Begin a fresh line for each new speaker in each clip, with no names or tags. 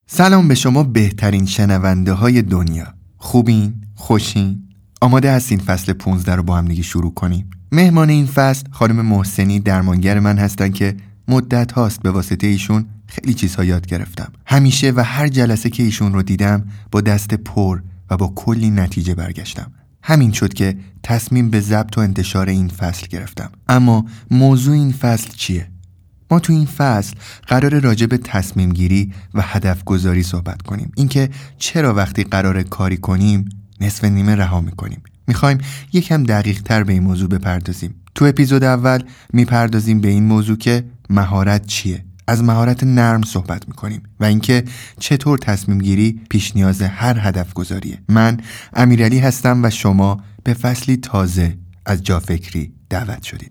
سلام به شما بهترین شنونده های دنیا. خوبین؟ خوشین؟ آماده هستین فصل 15 رو با هم دیگه شروع کنیم؟ مهمان این فصل خانم محسنی درمانگر من هستن که مدت هاست به واسطه ایشون خیلی چیزها یاد گرفتم. همیشه و هر جلسه که ایشون رو دیدم با دست پر و با کلی نتیجه برگشتم. همین شد که تصمیم به ضبط و انتشار این فصل گرفتم. اما موضوع این فصل چیه؟ ما تو این فصل قرار راجع به تصمیم گیری و هدف گذاری صحبت کنیم. اینکه چرا وقتی قرار کاری کنیم نصف نیمه رها میکنیم. میخوایم یکم دقیق تر به این موضوع بپردازیم. تو اپیزود اول میپردازیم به این موضوع که مهارت چیه. از مهارت نرم صحبت میکنیم و اینکه چطور تصمیم گیری پیش نیاز هر هدف گذاریه. من امیرعلی هستم و شما به فصلی تازه از جافکری دعوت شدید.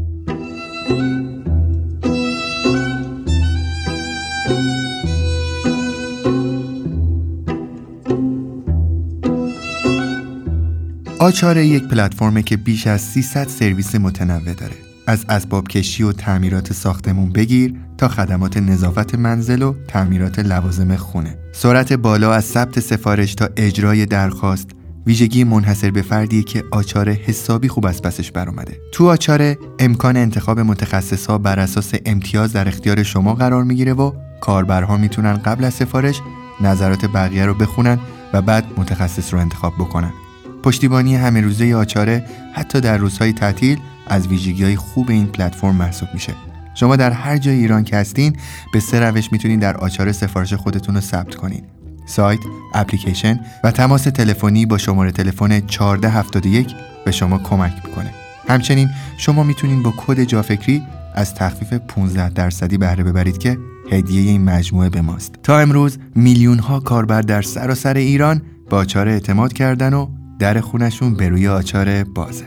آچاره یک پلتفرمه که بیش از 300 سرویس متنوع داره. از اسباب کشی و تعمیرات ساختمون بگیر تا خدمات نظافت منزل و تعمیرات لوازم خونه. سرعت بالا از ثبت سفارش تا اجرای درخواست، ویژگی منحصر به فردیه که آچاره حسابی خوب از پسش برآمده. تو آچاره امکان انتخاب متخصص‌ها بر اساس امتیاز در اختیار شما قرار میگیره و کاربرها میتونن قبل از سفارش نظرات بقیه رو بخونن و بعد متخصص رو انتخاب بکنن. پشتیبانی همه روزه آچاره حتی در روزهای تعطیل از ویژگی‌های خوب این پلتفرم محسوب میشه. شما در هر جای ایران که هستین به 3 روش میتونین در آچاره سفارش خودتون رو ثبت کنین: سایت، اپلیکیشن و تماس تلفنی با شماره تلفن 1471 به شما کمک میکنه. همچنین شما میتونین با کد جافکری از تخفیف 15% بهره ببرید که هدیه این مجموعه به ماست. تا امروز میلیون‌ها کاربر در سراسر ایران با آچاره اعتماد کردن و در خونشون به روی آچاره بازه.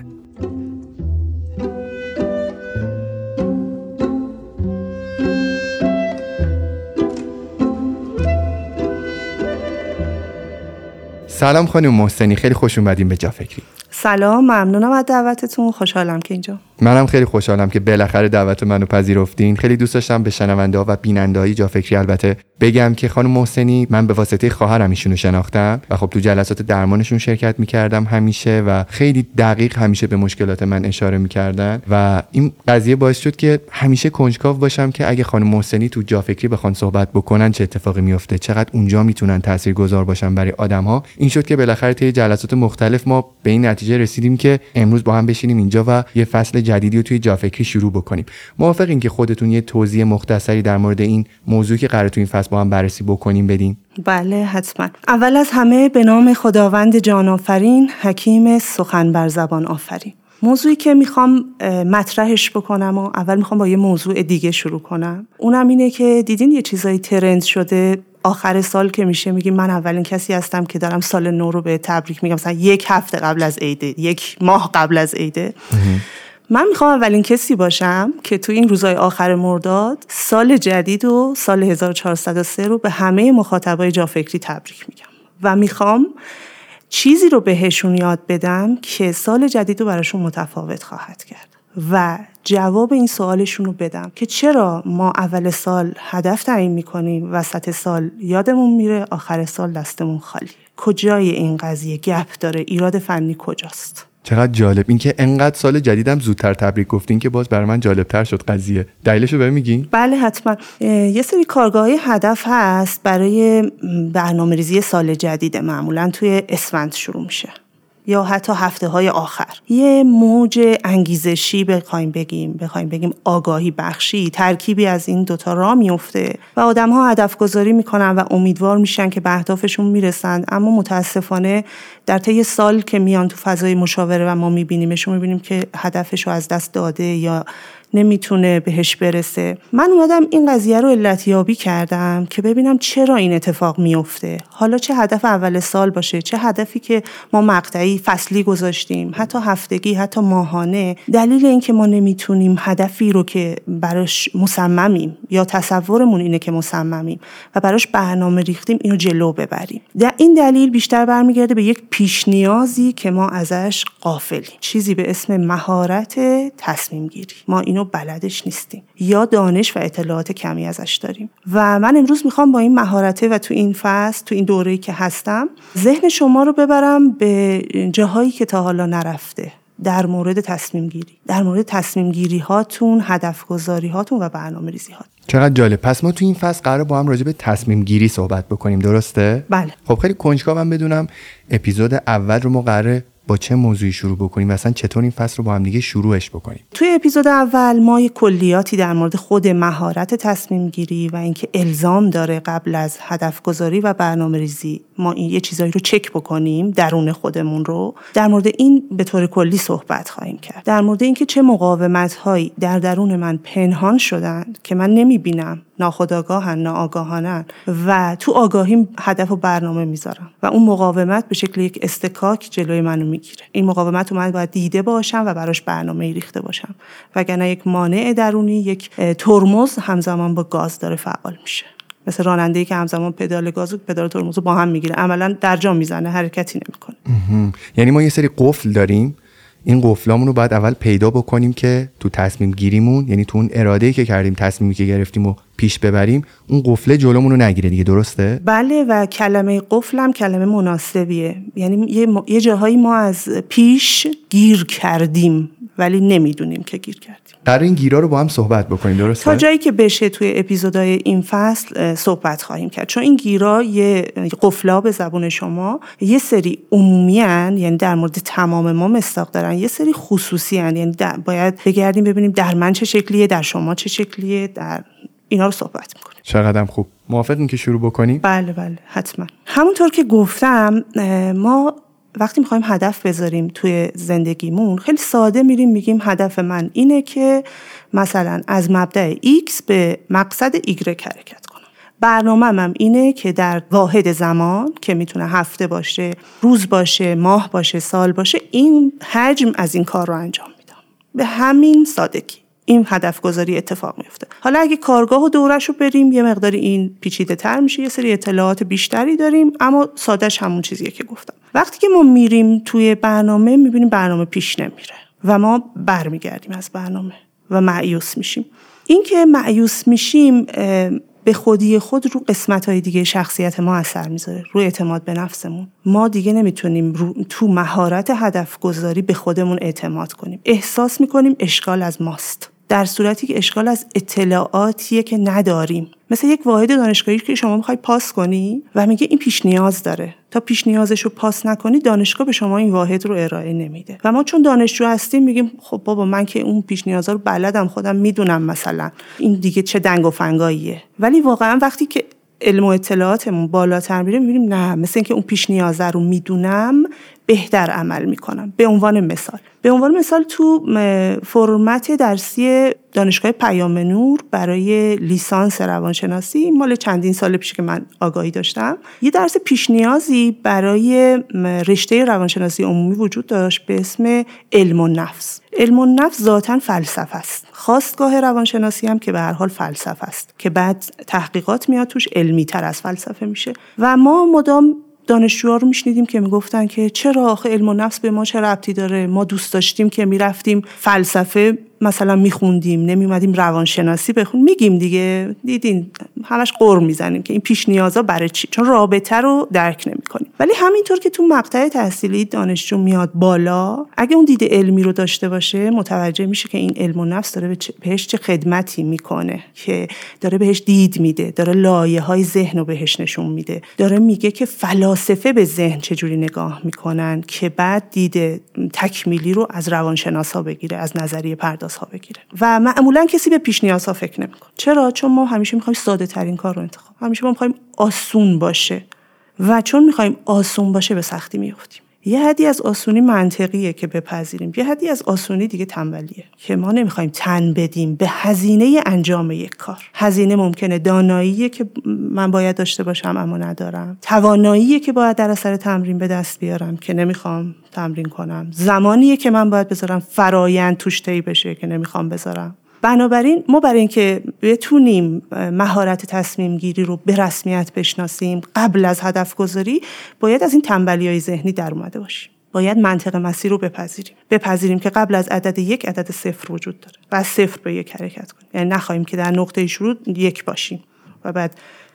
سلام خانم محسنی، خیلی خوش اومدین به جافکری.
سلام، ممنونم از دعوتتون. خوشحالم که اینجا.
منم خیلی خوشحالم که بالاخره دعوت منو پذیرفتین. خیلی دوست داشتم به شنونده‌ها و بیننده‌های جافکری البته بگم که خانم محسنی من به واسطه خواهرم ایشونو شناختم و خب تو جلسات درمانشون شرکت می‌کردم همیشه و خیلی دقیق همیشه به مشکلات من اشاره می‌کردن و این قضیه باعث شد که همیشه کنجکاو باشم که اگه خانم محسنی تو جافکری بخوان صحبت بکنن چه اتفاقی میفته، چقدر اونجا میتونن تاثیرگذار باشن برای آدم‌ها. این شد که بالاخره طی جلسات مختلف ما به این نتیجه رسیدیم که امروز با هم بشینیم اینجا و یه فصل جدیدی رو توی جافکری شروع بکنیم. موافقین که خودتون یه توضیح مختصری در مورد این موضوعی که قراره تو این فصل با هم بررسی بکنیم بدین؟
بله حتما. اول از همه به نام خداوند جان آفرین، حکیم سخن بر زبان آفرین. موضوعی که میخوام مطرحش بکنم و اول میخوام با یه موضوع دیگه شروع کنم. اونم اینه که دیدین یه چیزایی ترند شده آخر سال که میشه میگیم من اولین کسی هستم که دارم سال نو رو به تبریک میگم، مثلا 1 هفته قبل از عیده، 1 ماه قبل از عیده. من میخوام اولین کسی باشم که تو این روزهای آخر مرداد سال جدید و سال 1403 رو به همه مخاطبای جافکری تبریک میگم و میخوام چیزی رو بهشون یاد بدم که سال جدید رو براشون متفاوت خواهد کرد و جواب این سوالشون رو بدم که چرا ما اول سال هدف تعیین میکنیم، وسط سال یادمون میره، آخر سال دستمون خالی. کجای این قضیه گپ داره؟ ایراد فنی کجاست؟
چقدر جالب اینکه انقدر سال جدیدم زودتر تبریک گفتین که باز برای من جالبتر شد قضیه. دلیلشو بهم میگین؟
بله حتما. یه سری کارگاه‌های هدف هست برای برنامه‌ریزی سال جدید، معمولا توی اسفند شروع میشه یا حتی هفته‌های آخر. یه موج انگیزشی بخوایم بگیم آگاهی بخشی، ترکیبی از این دوتا راه میفته و آدم‌ها هدف گذاری میکنن و امیدوار میشن که به اهدافشون میرسن، اما متاسفانه در طی سال که میان تو فضای مشاوره و ما میبینیم که هدفشو از دست داده یا نمیتونه بهش برسه. من اومدم این قضیه رو علتیابی کردم که ببینم چرا این اتفاق میفته. حالا چه هدف اول سال باشه، چه هدفی که ما مقطعی فصلی گذاشتیم، حتی هفتگی، حتی ماهانه، دلیل این که ما نمیتونیم هدفی رو که براش مصممیم یا تصورمون اینه که مصممیم و براش برنامه ریختیم اینو جلو ببریم. این دلیل بیشتر برمیگرده به یک پیش نیازی که ما ازش غافلیم، چیزی به اسم مهارت تصمیم گیری. ما اینو اینو بلدش نیستیم یا دانش و اطلاعات کمی ازش داریم. و من امروز میخوام با این مهارته و تو این فصل، تو این دوره‌ای که هستم، ذهن شما رو ببرم به جاهایی که تا حالا نرفته در مورد تصمیم گیری، در مورد تصمیم گیری هاتون، هدف گذاری هاتون و برنامه ریزی هاتون.
چقدر جالب. پس ما تو این فصل قراره با هم راجع به تصمیم گیری صحبت بکنیم، درسته؟
بله.
خب خیلی کنجکاوم بدونم اپیزود اول رو ما قراره با چه موضوعی شروع بکنیم و اصلا چطور این فصل رو با هم دیگه شروعش بکنیم.
توی اپیزود اول ما یه کلیاتی در مورد خود مهارت تصمیم گیری و اینکه الزام داره قبل از هدف گذاری و برنامه ریزی ما این یه چیزایی رو چک بکنیم، درون خودمون رو. در مورد این به طور کلی صحبت خواهیم کرد. در مورد اینکه چه مقاومت‌هایی در درون من پنهان شدن که من نمی‌بینم، ناخودآگاهن، ناآگاهانن و تو آگاهیم هدف و برنامه میذارم و اون مقاومت به شکل یک استکاک جلوی منو میگیره. این مقاومت رو من باید دیده باشم و براش برنامه ریخته باشم، وگرنه یک مانع درونی، یک ترمز همزمان با گاز داره فعال میشه. مثل راننده‌ای که همزمان پدال گاز و پدال ترمز رو با هم میگیره، عملاً در جا میزنه، حرکتی نمیکنه.
یعنی ما یه سری قفل داریم، این قفلامون رو باید اول پیدا بکنیم که تو تصمیم گیریمون، یعنی تو اون اراده‌ای که کردیم، تصمیمی که گرفتیم و پیش ببریم، اون قفله جلومون رو نگیره دیگه، درسته؟
بله. و کلمه قفل هم کلمه مناسبیه. یعنی یه جاهایی ما از پیش گیر کردیم ولی نمیدونیم که گیر کردیم.
قرار این گیرا رو با هم صحبت بکنیم، درسته؟
تا جایی که بشه توی اپیزودهای این فصل صحبت خواهیم کرد، چون این گیرا یه قفلا به زبون شما یه سری عمومیان، یعنی در مورد تمام ما مصداق دارن، یه سری خصوصیان، یعنی باید بگردیم ببینیم در من چه شکلیه، در شما چه شکلیه، در اینا رو صحبت میکنیم.
چقدرم خوب. موافقین که شروع بکنیم؟
بله حتما. همونطور که گفتم، ما وقتی میخوایم هدف بذاریم توی زندگیمون خیلی ساده میریم میگیم هدف من اینه که مثلا از مبدأ X به مقصد Y حرکت کنم. برنامه‌م اینه که در واحد زمان که میتونه هفته باشه، روز باشه، ماه باشه، سال باشه، این حجم از این کار رو انجام میدم. به همین سادگی این هدف گذاری اتفاق میفته. حالا اگه کارگاه و دورش رو بریم یه مقداری این پیچیده تر میشه، یه سری اطلاعات بیشتری داریم، اما سادهش همون چیزیه که گفتم. وقتی که ما میریم توی برنامه میبینیم برنامه پیش نمیره و ما برمیگردیم از برنامه و مایوس میشیم. این که مایوس میشیم به خودی خود رو قسمت‌های دیگه شخصیت ما اثر میذاره، روی اعتماد به نفسمون. ما دیگه نمیتونیم تو مهارت هدف گذاری به خودمون اعتماد کنیم. احساس میکنیم اشکال از ماست، در صورتی که اشکال از اطلاعاتیه که نداریم. مثل یک واحد دانشگاهی که شما میخوای پاس کنی و میگه این پیش نیاز داره، تا پیش نیازش رو پاس نکنی دانشگاه به شما این واحد رو ارائه نمیده. و ما چون دانشجو هستیم میگیم خب بابا من که اون پیش نیازا رو بلدم، خودم میدونم مثلا این دیگه چه دنگ و فنگاییه. ولی واقعا وقتی که علم و اطلاعاتمون بالاتر میره میبینیم نه، مثل اینکه اون پیش نیازه رو میدونم، بهتر عمل میکنم. به عنوان مثال تو فرمت درسی دانشگاه پیام نور برای لیسانس روانشناسی مال چندین سال پیش که من آگاهی داشتم، یه درس پیش نیازی برای رشته روانشناسی عمومی وجود داشت به اسم علم النفس. علم النفس ذاتاً فلسفه است. خواستگاه روانشناسی هم که به هر حال فلسفه است که بعد تحقیقات میاد توش، علمی تر از فلسفه میشه. و ما مدام دانشجوها رو میشنیدیم که میگفتن که چرا آخه علم النفس به ما چه ربطی داره؟ ما دوست داشتیم که میرفتیم فلسفه مثلا میخوندیم، نمیومدیم روانشناسی بخونیم. میگیم دیگه، دیدین همش قر میزنیم که این پیش نیازا برای چی؟ چون رابطه رو درک نمیکنیم. ولی همینطور که تو مقطع تحصیلی دانشجو میاد بالا، اگه اون دید علمی رو داشته باشه متوجه میشه که این علم النفس داره بهش چه خدمتی میکنه، که داره بهش دید میده، داره لایه‌های ذهن رو بهش نشون میده، داره میگه که فلاسفه به ذهن چجوری نگاه میکنن که بعد دید تکمیلی رو از روانشناسا بگیره، از نظریه پردازها بگیره. و معمولا کسی به پیش نیازها فکر نمیکنه. چرا؟ چون ما همیشه میخوایم ساده ترین کار رو انتخاب، همیشه ما میخوایم آسون باشه و چون میخوایم آسون باشه به سختی میافتیم. یه حدی از آسونی منطقیه که بپذیریم، یه حدی از آسونی دیگه تنبلیه که ما نمیخوایم تن بدیم به هزینه انجام یک کار. هزینه ممکنه داناییه که من باید داشته باشم اما ندارم، تواناییه که باید در اثر تمرین به دست بیارم که نمیخوام تمرین کنم، زمانیه که من باید بذارم فرایند توش طی بشه که نمیخوام بذارم. بنابراین ما برای اینکه بتونیم مهارت تصمیم گیری رو به رسمیت بشناسیم قبل از هدف گذاری، باید از این تنبلی‌های ذهنی در اومده باشیم. باید منطق مسیر رو بپذیریم که قبل از عدد 1 عدد 0 وجود داره. بعد 0 به 1 حرکت کنیم. یعنی نخواهیم که در نقطه شروع 1 باشیم و بعد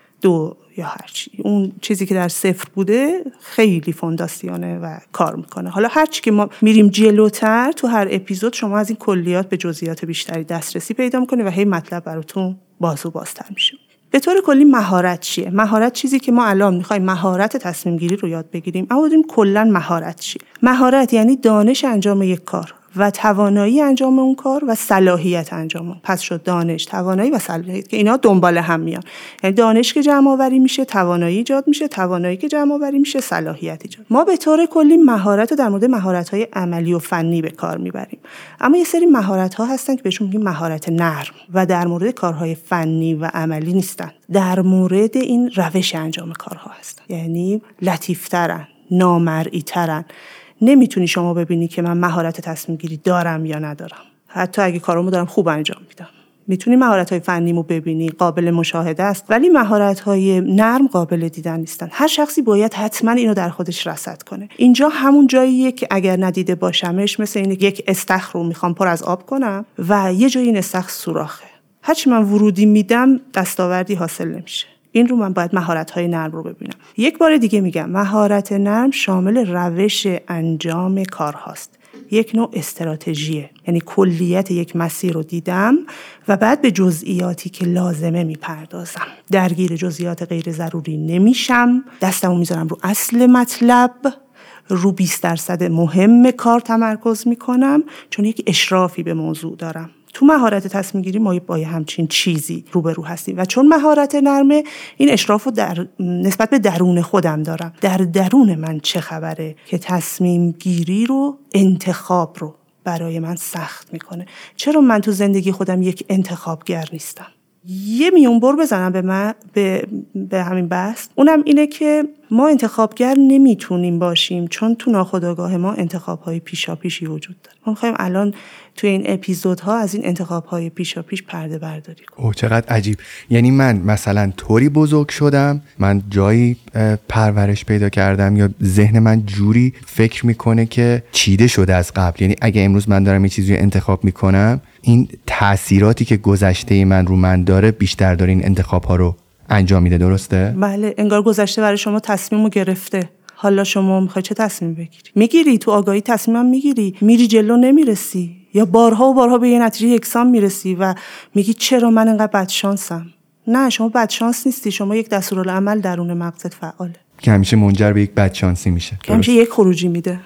2 یا هر چی. اون چیزی که در 0 بوده خیلی فونداسیونه و کار میکنه. حالا هر چی که ما میریم جلوتر تو هر اپیزود شما از این کلیات به جزئیات بیشتری دسترسی پیدا میکنید و هی مطلب براتون بازتر میشه. به طور کلی مهارت چیه؟ مهارت چیزی که ما الان میخوایم مهارت تصمیم گیری رو یاد بگیریم، اما ببینیم کلا مهارت چیه. مهارت یعنی دانش انجام یک کار و توانایی انجام اون کار و صلاحیت انجام اون. پس شد دانش، توانایی و صلاحیت که اینا دنبال هم میان. یعنی دانش که جمع آوری میشه، توانایی ایجاد میشه، توانایی که جمع آوری میشه، صلاحیت ایجاد. ما به طور کلی مهارت رو در مورد مهارت‌های عملی و فنی به کار میبریم. اما یه سری مهارت‌ها هستن که بهشون میگیم مهارت نرم و در مورد کارهای فنی و عملی نیستن. در مورد این روش انجام کارها هستن. یعنی لطیف‌ترن، نامرئی‌ترن. نمیتونی شما ببینی که من مهارت تصمیم گیری دارم یا ندارم. حتی اگه کارامو دارم خوب انجام میدم. میتونی مهارت‌های فنیمو ببینی، قابل مشاهده است، ولی مهارت‌های نرم قابل دیدن نیستن. هر شخصی باید حتما اینو در خودش رصد کنه. اینجا همون جاییه که اگر ندیده باشمش، مثل این یک استخر رو میخوام پر از آب کنم و یه جای این استخر سوراخه. هرچی من ورودی میدم دستاوردی حاصل نمیشه. این رو من باید مهارت‌های نرم رو ببینم. یک بار دیگه میگم مهارت نرم شامل روش انجام کارهاست. یک نوع استراتژیه. یعنی کلیت یک مسیر رو دیدم و بعد به جزئیاتی که لازمه میپردازم. درگیر جزئیات غیر ضروری نمیشم. دستمو میذارم رو اصل مطلب. رو 20% مهم کار تمرکز میکنم چون یک اشرافی به موضوع دارم. تو مهارت تصمیم گیری ما با همچین چیزی روبرو هستیم و چون مهارت نرمه این اشرافو در نسبت به درون خودم دارم. در درون من چه خبره که تصمیم گیری رو، انتخاب رو برای من سخت میکنه؟ چرا من تو زندگی خودم یک انتخابگر نیستم؟ یه میونبر بزنم به همین بحث. اونم اینه که ما انتخابگر نمیتونیم باشیم چون تو ناخودآگاه ما انتخاب‌های پیشاپیشی وجود داره. ما می‌خوایم الان توی این اپیزودها از این انتخاب‌های پیشاپیش پرده برداری کنیم.
چقدر عجیب. یعنی من مثلا طوری بزرگ شدم، من جایی پرورش پیدا کردم یا ذهن من جوری فکر میکنه که چیده شده از قبل. یعنی اگه امروز من دارم یه چیزی رو انتخاب میکنم، این تأثیراتی که گذشته من رو من داره بیشتر داره این انتخاب‌ها رو انجام میده. درسته؟
بله، انگار گذشته برای شما تصمیمو گرفته. حالا شما میخوای چه تصمیم بگیری؟ میگیری تو آگاهی تصمیمم میگیری، میری جلو نمیرسی یا بارها و بارها به یه نتیجه یکسان میرسی و میگی چرا من انقدر بدشانسم؟ نه، شما بدشانس نیستی، شما یک دستورالعمل درون مغزت فعاله
که همیشه منجر به یک بدشانسی میشه.
که همیشه یک خروجی میده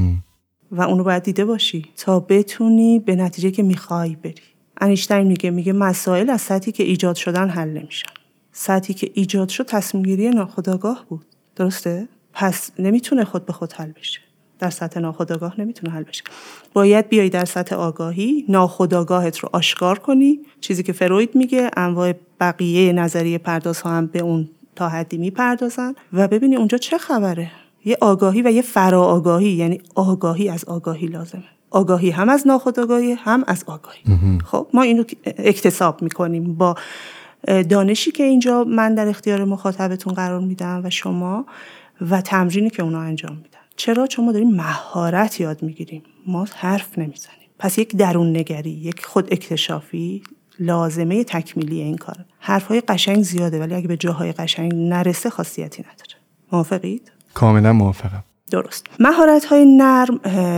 و اونو باید دیده باشی تا بتونی به نتیجه که میخوای بری. اینشتین میگه مسائل از سطحی که ایجاد شدن حل نمیشن. سطحی که ایجاد شد تصمیم گیری ناخودآگاه بود. درسته؟ پس نمیتونه خود به خود حل بشه. در سطح ناخودآگاه نمیتونه حل بشه. باید بیای در سطح آگاهی، ناخودآگاهت رو آشکار کنی. چیزی که فروید میگه، انواع بقیه نظریه پردازها هم به اون تا حدی میپردازن و ببینی اونجا چه خبره. یه آگاهی و یه فرا آگاهی، یعنی آگاهی از آگاهی لازمه. آگاهی هم از ناخودآگاهی هم از آگاهی. خب ما اینو اکتساب میکنیم با دانشی که اینجا من در اختیار مخاطبتون قرار میدم و شما و تمرینی که اونا انجام میدن. چرا؟ چون ما داریم مهارت یاد میگیریم، ما حرف نمیزنیم. پس یک درون نگری، یک خود اکتشافی لازمه تکمیلی این کاره. حرفای قشنگ زیاده ولی اگه به جاهای قشنگ نرسه خاصیتی نداره. موافقید؟
کاملا موافقم.
درست. مهارت‌های نرم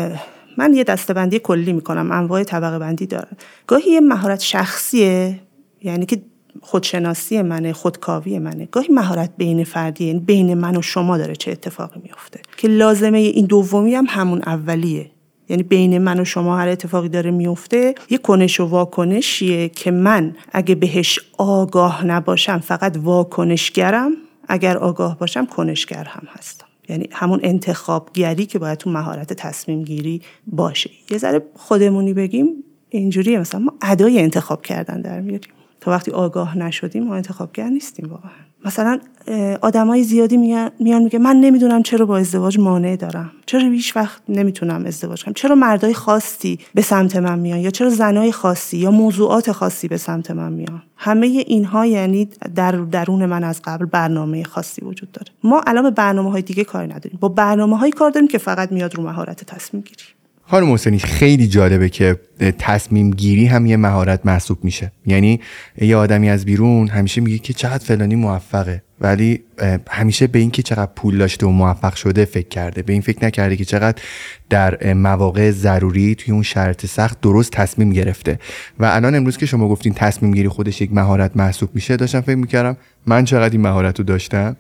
من یه دسته‌بندی کلی میکنم، انواع طبقه بندی داره. گاهی یه مهارت شخصیه، یعنی که خودشناسی منه، خودکاوی منه. گاهی مهارت بین فردیه، یعنی بین من و شما داره چه اتفاقی میفته که لازمه این دومی هم همون اولیه. یعنی بین من و شما هر اتفاقی داره میفته، یه کنش و واکنشیه که من اگه بهش آگاه نباشم فقط واکنشگرم، اگر آگاه باشم کنشگر هم هستم. یعنی همون انتخابگری که باید تو مهارت تصمیم گیری باشه. یه ذره خودمونی بگیم اینجوریه، مثلا ما ادای انتخاب کردن در میاریم. تا وقتی آگاه نشدیم ما انتخابگر نیستیم واقعا. مثلا آدمای زیادی میان میگه من نمیدونم چرا با ازدواج مانع دارم، چرا هیچ وقت نمیتونم ازدواج کنم، چرا مردای خاصی به سمت من میان، یا چرا زنای خاصی یا موضوعات خاصی به سمت من میان. همه اینها یعنی در درون من از قبل برنامه خاصی وجود داره. ما الان به برنامه‌های دیگه کار نداریم، با برنامه‌های کار داریم که فقط میاد رو مهارت تصمیم گیری.
خانم حسینی، خیلی جالبه که تصمیم گیری هم یه مهارت محسوب میشه. یعنی یه آدمی از بیرون همیشه میگه که چقدر فلانی موفقه، ولی همیشه به این که چقدر پول داشته و موفق شده فکر کرده، به این فکر نکرده که چقدر در مواقع ضروری توی اون شرط سخت درست تصمیم گرفته. و الان امروز که شما گفتین تصمیم گیری خودش یک مهارت محسوب میشه، داشتم فکر میکردم من چقدر این مهارت رو داشتم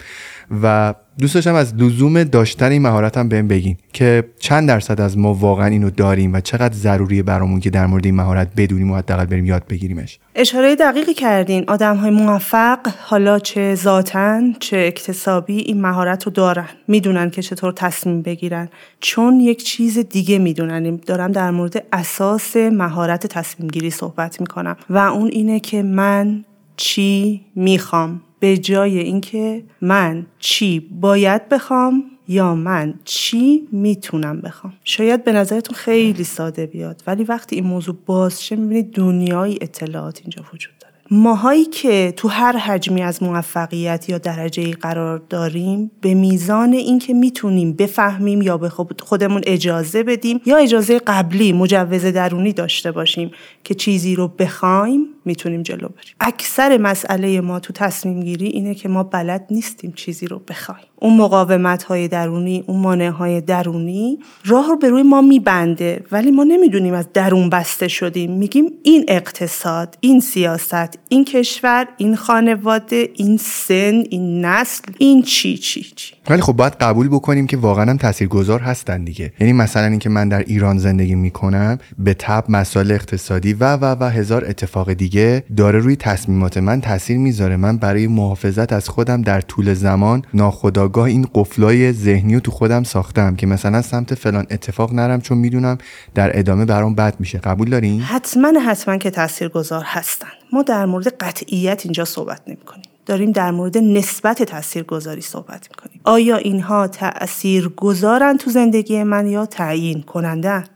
و دوست داشتم از لزوم داشتن این مهارت هم بهم بگین که چند درصد از ما واقعا اینو داریم و چقدر ضروریه برامون که در مورد این مهارت بدونیم و حداقل بریم یاد بگیریمش.
اشاره دقیقی کردین. آدم‌های موفق، حالا چه ذاتاً چه اکتسابی، این مهارت رو دارن، میدونن که چطور تصمیم بگیرن، چون یک چیز دیگه میدونن. دارم در مورد اساس مهارت تصمیم گیری صحبت میکنم و اون اینه که من چی میخوام به جای اینکه من چی باید بخوام یا من چی میتونم بخوام. شاید به نظرتون خیلی ساده بیاد، ولی وقتی این موضوع باز شه میبینید دنیای اطلاعات اینجا وجود داره. ماهایی که تو هر حجمی از موفقیت یا درجه‌ای قرار داریم، به میزان اینکه میتونیم بفهمیم یا به خودمون اجازه بدیم یا اجازه قبلی، مجوز درونی داشته باشیم که چیزی رو بخوایم، میتونیم جلو بریم. اکثر مسئله ما تو تصمیم گیری اینه که ما بلد نیستیم چیزی رو بخوایم. اون مقاومت‌های درونی، اون مانع‌های درونی راه رو به روی ما میبنده، ولی ما نمیدونیم از درون بسته شدیم. میگیم این اقتصاد، این سیاست، این کشور، این خانواده، این سن، این نسل، این چی.
ولی خب باید قبول بکنیم که واقعا هم تاثیرگذار هستن دیگه. یعنی مثلا اینکه من در ایران زندگی میکنم، به تبع مسائل اقتصادی و هزار اتفاق دیگه داره روی تصمیمات من تاثیر میذاره. من برای محافظت از خودم در طول زمان ناخودآگاه این قفلای ذهنی رو تو خودم ساختم که مثلا سمت فلان اتفاق نرم، چون میدونم در ادامه برام بد میشه. قبول دارین؟
حتما که تاثیرگذار هستن. ما در مورد قطعیت اینجا صحبت نمی‌کنیم. داریم در مورد نسبت تاثیرگذاری صحبت می‌کنیم. آیا اینها تاثیرگذارن تو زندگی من یا تعیین کنندن؟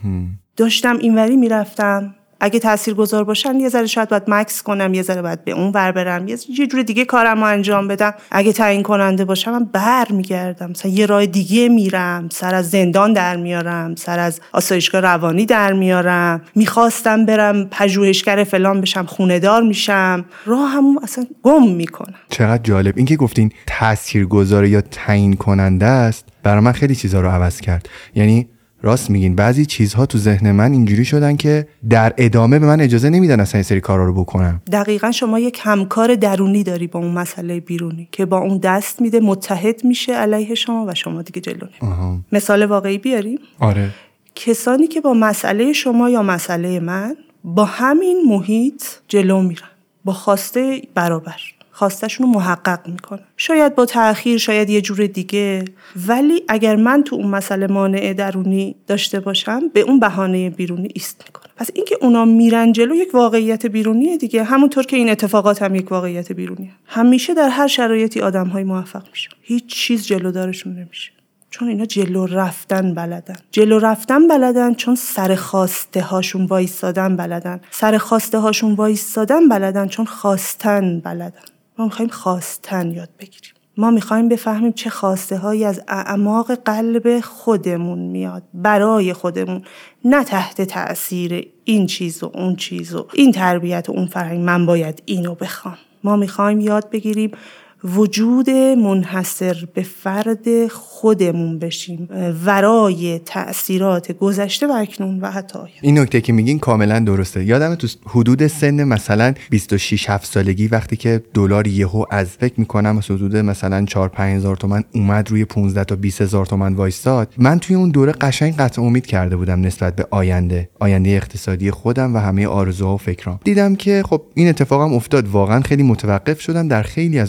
داشتم اینوری میرفتم، اگه تاثیرگذار باشن یه ذره شاید باید مکس کنم، یه ذره باید به اون ور برم، یه جور دیگه کارمو انجام بدم. اگه تعیین کننده باشم من برمیگردم، مثلا یه راه دیگه میرم، سر از زندان در میارم، سر از آسایشگاه روانی در میارم. میخواستم برم پژوهشگر فلان بشم، خونه‌دار میشم، راهمو اصلا گم میکنم.
چقدر جالب این که گفتین تاثیرگذار یا تعیین کننده است. برای من خیلی چیزا رو عوض کرد. یعنی راست میگین، بعضی چیزها تو ذهن من اینجوری شدن که در ادامه به من اجازه نمیدن اصلا این سری کارا رو بکنم.
دقیقاً شما یک همکار درونی داری با اون مسئله بیرونی که با اون دست میده، متحد میشه علیه شما و شما دیگه جلو نمیری. مثال واقعی بیاریم؟
آره.
کسانی که با مسئله شما یا مسئله من با همین محیط جلو میرن، با خواسته برابر، خواستشون رو محقق میکنن، شاید با تأخیر، شاید یه جور دیگه، ولی اگر من تو اون مسئله مانع درونی داشته باشم، به اون بهانه بیرونی ایست میکنم. پس اینکه اونا میرن جلو یک واقعیت بیرونیه دیگه، همونطور که این اتفاقات هم یک واقعیت بیرونیه. همیشه در هر شرایطی آدم‌های موفق میشن، هیچ چیز جلو دارشون نمیشه، چون اینا جلو رفتن بلدن، چون سر خواسته هاشون وایسادن بلدن، چون خواستن بلدن. ما میخوایم خواستن یاد بگیریم. ما میخوایم بفهمیم چه خواسته هایی از اعماق قلب خودمون میاد برای خودمون، نه تحت تأثیر این چیز و اون چیز و این تربیت و اون فرهنگ من باید اینو بخوام. ما میخوایم یاد بگیریم وجود منحصر به فرد خودمون بشیم ورای تأثیرات گذشته و اکنون و حتی آینده.
این نکته که میگین کاملا درسته. یادم تو حدود سن مثلا 26-7 سالگی وقتی که دلار یهو از فکر میکنم حدود مثلا 4-5 هزار تومان اومد روی 15 تا 20 هزار تومان وایستاد، من توی اون دوره قشنگ قطع امید کرده بودم نسبت به آینده اقتصادی خودم و همه آرزوها و فکرام. دیدم که خب این اتفاقم افتاد، واقعا خیلی متوقف شدم در خیلی از امور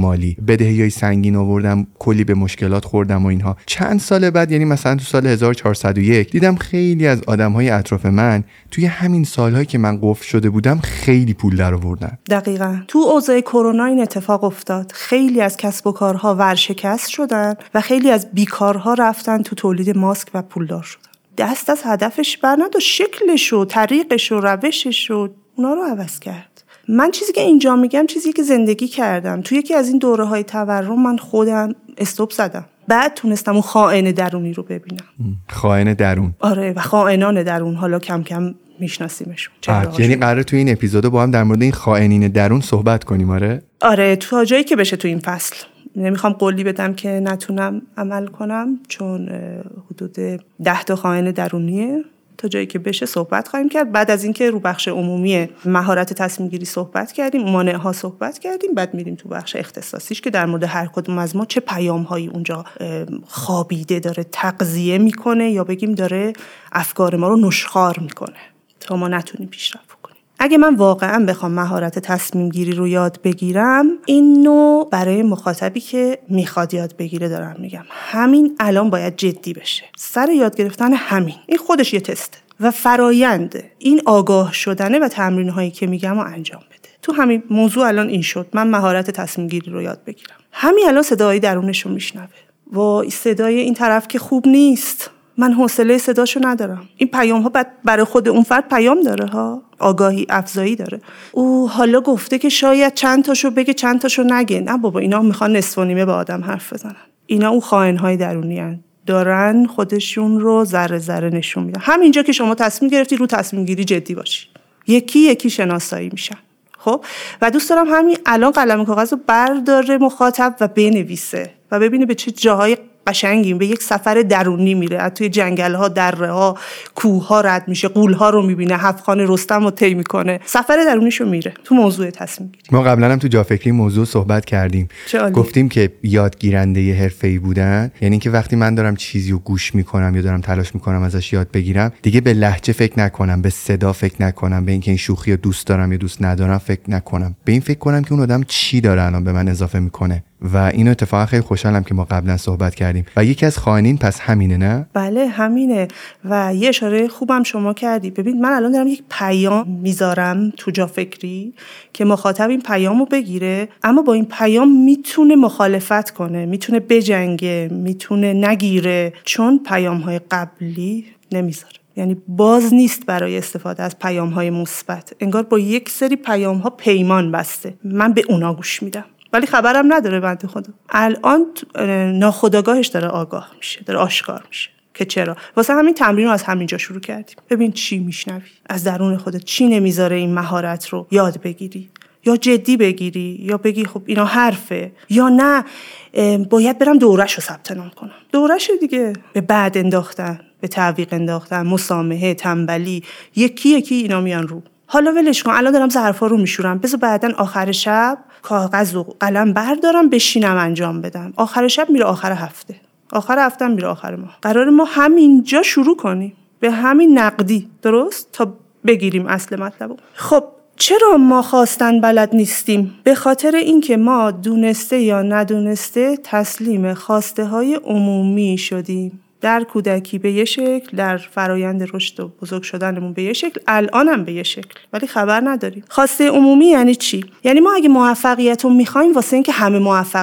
مالی، بدهیای سنگین آوردم، کلی به مشکلات خوردم و اینها. چند سال بعد، یعنی مثلا تو سال 1401 دیدم خیلی از آدم‌های اطراف من توی همین سال‌هایی که من قفل شده بودم خیلی پول درآوردن.
دقیقاً تو اوضاع کرونا این اتفاق افتاد. خیلی از کسب و کارها ورشکست شدن و خیلی از بیکارها رفتن تو تولید ماسک و پولدار شدن. دست از هدفش برنداشت، شکلش و طریقش و روشش و اونا رو عوض کرد. من چیزی که اینجا میگم چیزی که زندگی کردم. توی یکی از این دوره‌های تورم من خودم استوب زدم. بعد تونستم اون خائن درونی رو ببینم.
خائن درون.
آره، و خائنان درون حالا کم کم میشناسیمشون.
یعنی قراره توی این اپیزودو با هم در مورد این خائنین درون صحبت کنیم.
آره تا جایی که بشه. تو این فصل نمیخوام قولی بدم که نتونم عمل کنم، چون حدود 10 تا خائن درونیه. تا جایی که بشه صحبت خواهیم کرد. بعد از اینکه رو بخش عمومی مهارت تصمیم گیری صحبت کردیم، مانع ها صحبت کردیم، بعد میریم تو بخش اختصاصیش که در مورد هر کدوم از ما چه پیام هایی اونجا خوابیده، داره تغذیه میکنه یا بگیم داره افکار ما رو نشخوار میکنه تا ما نتونیم پیشرفت کنیم. اگه من واقعا بخوام مهارت تصمیم گیری رو یاد بگیرم، اینو برای مخاطبی که میخواد یاد بگیره دارم میگم. همین الان باید جدی بشه. سر یاد گرفتن همین، این خودش یه تسته و فراینده. این آگاه شدنه و تمرین هایی که میگم رو انجام بده. تو همین موضوع الان این شد من مهارت تصمیم گیری رو یاد بگیرم. همین الان صدای درونش رو میشنوه. وای صدای این طرف که خوب نیست، من حوصله صداشو ندارم. این پیام ها برای خود اون فرد پیام داره ها، آگاهی افزایی داره. او حالا گفته که شاید چند تاشو بگه چند تاشو نگه. نه بابا، اینا میخوان نصف و نیمه با آدم حرف بزنن. اینا اون خائن‌های درونی هستن، دارن خودشون رو ذره ذره نشون میدن. همینجا که شما تصمیم گرفتی رو تصمیم گیری جدی باشی، یکی یکی شناسایی میشن. خب و دوست دارم همین الان قلم کاغذ رو برداره مخاطب و بنویسه و ببینه به چه جاهای قشنگیم. به یک سفر درونی میره، از توی جنگل‌ها، دره‌ها، کوه‌ها رد میشه، غول‌ها رو میبینه، هفت‌خوان رستم رو طی میکنه، سفر درونیشو میره تو موضوع تصمیم گیری.
ما قبلا هم تو جا فکری موضوع صحبت کردیم. گفتیم که یادگیرنده حرفه‌ای بودن یعنی که وقتی من دارم چیزی رو گوش میکنم یا دارم تلاش میکنم ازش یاد بگیرم، دیگه به لهجه فکر نکنم، به صدا فکر نکنم، به اینکه این شوخی رو دوست دارم یا دوست ندارم فکر نکنم، به این فکر کنم که اون آدم چی داره الان به من اضافه میکنه. و اینو اتفاقا خیلی خوشحالم که ما قبلا صحبت کردیم. و یکی از خائنین پس همینه، نه؟
بله همینه. و یه اشاره خوبم شما کردی. ببین من الان دارم یک پیام میذارم تو جا فکری که مخاطب این پیامو بگیره، اما با این پیام میتونه مخالفت کنه، میتونه بجنگه، میتونه نگیره، چون پیام‌های قبلی نمیذاره. یعنی باز نیست برای استفاده از پیام‌های مثبت. انگار با یک سری پیام‌ها پیمان بسته. من به اونا گوش میدم. ولی خبرم نداره بنده خدا. الان ناخودآگاهش داره آگاه میشه، داره آشکار میشه که چرا. واسه همین تمرین رو از همینجا شروع کردیم. ببین چی میشنوی از درون خودت، چی نمیذاره این مهارت رو یاد بگیری یا جدی بگیری یا بگی خب اینا حرفه، یا نه باید برم دوره‌شو ثبت نام کنم. دوره‌ش دیگه به بعد انداختن، به تعویق انداختن، مسامحه، تنبلی، یکی یکی اینا میان رو. حالا ولش کن، الان دارم ظرفا رو میشورم، بذار بعدن آخر شب کاغذ و قلم بردارم بشینم انجام بدم. آخر شب میره آخر هفته، آخر هفته میره آخر ماه. قرار ما همینجا شروع کنیم به همین نقدی، درست؟ تا بگیریم اصل مطلبو. خب چرا ما خواستن بلد نیستیم؟ به خاطر اینکه ما دونسته یا ندونسته تسلیم خواسته های عمومی شدیم. در کودکی به یه شکل، در فرایند رشد و بزرگ شدنمون به یه شکل، الانم به یه شکل، ولی خبر نداریم. خواسته عمومی یعنی چی؟ یعنی ما اگه موفقیت رو میخوایم واسه اینکه همه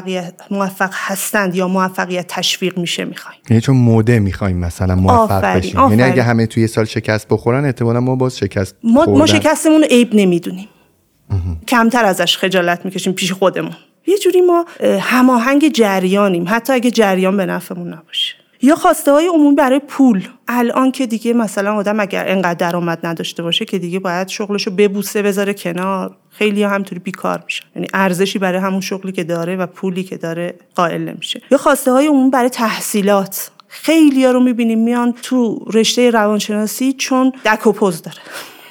موفق هستند یا موفقیت تشویق میشه میخوایم.
یعنی چون موده میخوایم مثلا موفق بشیم. یعنی اگه همه توی سال شکست بخورن احتمالاً ما باز شکست
ما شکستمون رو عیب نمیدونیم. کمتر ازش خجالت میکشیم پیش خودمون. یه جوری ما هماهنگ جریانیم، حتی اگه جریان به نفعمون نباشه. یا خواسته های عمومی برای پول. الان که دیگه مثلا آدم اگر اینقدر درآمد نداشته باشه که دیگه باید شغلشو ببوسه بذاره کنار، خیلی همینطوری بیکار میشن. یعنی ارزشی برای همون شغلی که داره و پولی که داره قائل نمیشه. یا خواسته های عمومی برای تحصیلات. خیلی‌ها رو میبینیم میان تو رشته روانشناسی چون دک و پوز داره.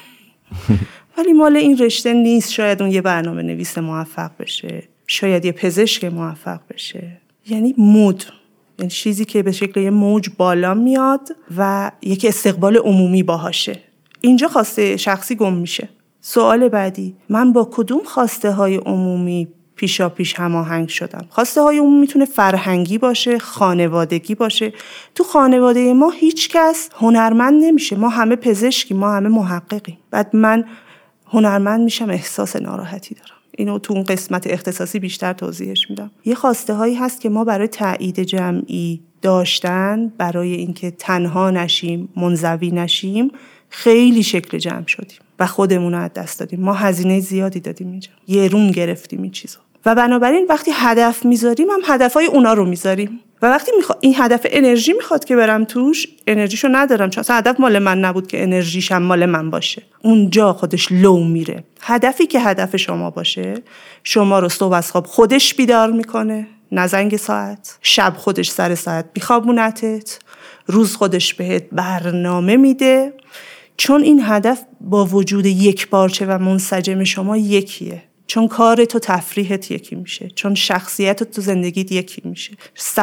ولی مال این رشته نیست. شاید اون یه برنامه نویس موفق بشه، شاید یه پزشک موفق بشه. یعنی مود، یعنی چیزی که به شکل یه موج بالا میاد و یک استقبال عمومی باهاشه. اینجا خواسته شخصی گم میشه. سوال بعدی، من با کدوم خواسته های عمومی پیشا پیش هماهنگ شدم. خواسته های اون میتونه فرهنگی باشه، خانوادگی باشه. تو خانواده ما هیچ کس هنرمند نمیشه. ما همه پزشکی، ما همه محققیم. بعد من هنرمند میشم احساس ناراحتی دارم. اینو تو اون قسمت اختصاصی بیشتر توضیحش میدم. یه خواسته هایی هست که ما برای تایید جمعی داشتن، برای اینکه تنها نشیم، منزوی نشیم، خیلی شکل جمع شدیم و خودمون رو از دست دادیم. ما هزینه زیادی دادیم اینجا، یه رون گرفتیم این چیزو. و بنابراین وقتی هدف میذاریم هم هدفهای اونا رو میذاریم. و وقتی این هدف انرژی میخواد که برم توش، انرژیشو ندارم، چون اصلا هدف مال من نبود که انرژیشم مال من باشه. اونجا خودش لو میره. هدفی که هدف شما باشه، شما رو صبح از خواب خودش بیدار میکنه، نه زنگ ساعت. شب خودش سر ساعت میخوابونتت، روز خودش بهت برنامه میده. چون این هدف با وجود یک پارچه و منسجم شما یکیه. چون کار تو تفریحت یکی میشه، چون شخصیت تو زندگیت یکی میشه.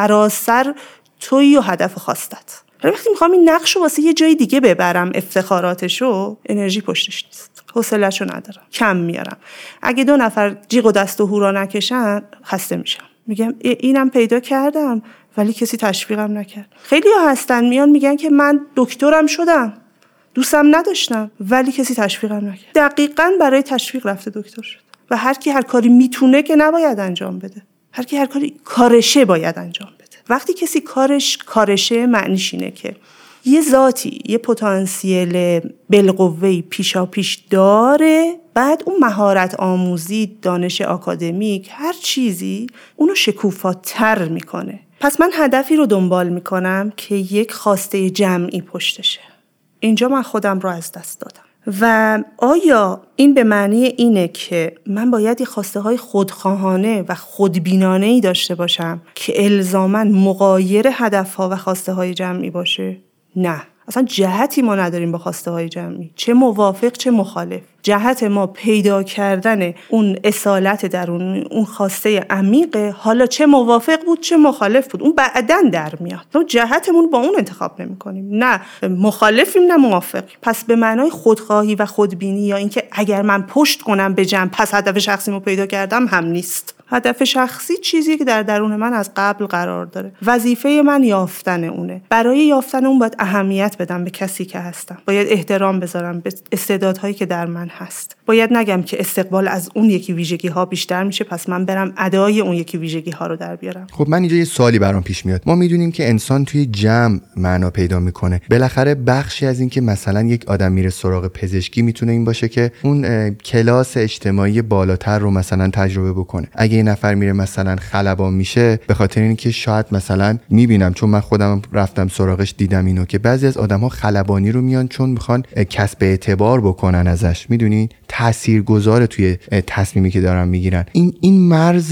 سراسر تویی و هدف خواستت. وقتی میخوام این نقش رو واسه یه جای دیگه ببرم، افتخاراتشو، انرژی پشتش نیست، حوصله‌شو ندارم، کم میارم. اگه 2 نفر جیغ و دست و هورا نکشن خسته میشم. میگم اینم پیدا کردم ولی کسی تشویقم نکرد. خیلی ها هستن میان میگن که من دکترم شدم، دوستم نداشتم ولی کسی تشویقم نکرد. دقیقاً برای تشویق رفته دکتر شد. و هر کی هر کاری میتونه که نباید انجام بده. هر کی هر کاری کارشه باید انجام بده. وقتی کسی کارشه، معنیش اینه که یه ذاتی، یه پتانسیل بالقوه‌ای پیشا پیش داره، بعد اون مهارت آموزی، دانش آکادمیک، هر چیزی اونو شکوفاتر میکنه. پس من هدفی رو دنبال میکنم که یک خواسته جمعی پشتشه. اینجا من خودم رو از دست دادم. و آیا این به معنی اینه که من باید یه خواسته های خودخواهانه و خودبینانه‌ای داشته باشم که الزاماً مغایر هدف ها و خواسته های جمعی باشه؟ نه. اصلا جهتی ما نداریم با خواسته های جمعی، چه موافق چه مخالف. جهت ما پیدا کردن اون اصالت درون، اون خواسته عمیقه، حالا چه موافق بود چه مخالف بود اون بعدن در میاد. ما جهتمون با اون انتخاب نمی کنیم، نه مخالفیم نه موافقیم. پس به معنای خودخواهی و خودبینی یا اینکه اگر من پشت کنم به جمع پس هدف شخصیمو پیدا کردم هم نیست. هدف شخصی چیزی که در درون من از قبل قرار داره. وظیفه من یافتن اونه. برای یافتن اون باید اهمیت بدم به کسی که هستم. باید احترام بذارم به استعدادهایی که در من هست. باید نگم که استقبال از اون یکی ویژگی ها بیشتر میشه پس من برم ادای اون یکی ویژگی ها رو در بیارم.
خب من اینجا یه سوالی برام پیش میاد. ما میدونیم که انسان توی جمع معنا پیدا میکنه. بالاخره بخشی از این که مثلا یک آدم میره سراغ پزشکی میتونه این باشه که اون کلاس اجتماعی بالاتر رو مثلا تجربه بکنه. اگه یه نفر میره مثلا خلبان میشه به خاطر اینکه شاید مثلا میبینم، چون من خودم رفتم سراغش دیدم اینو که بعضی از آدم‌ها خلبانی رو میان چون میخوان کسب اعتبار بکنن ازش، میدونین، تاثیرگذار توی تصمیمی که دارن میگیرن. این مرز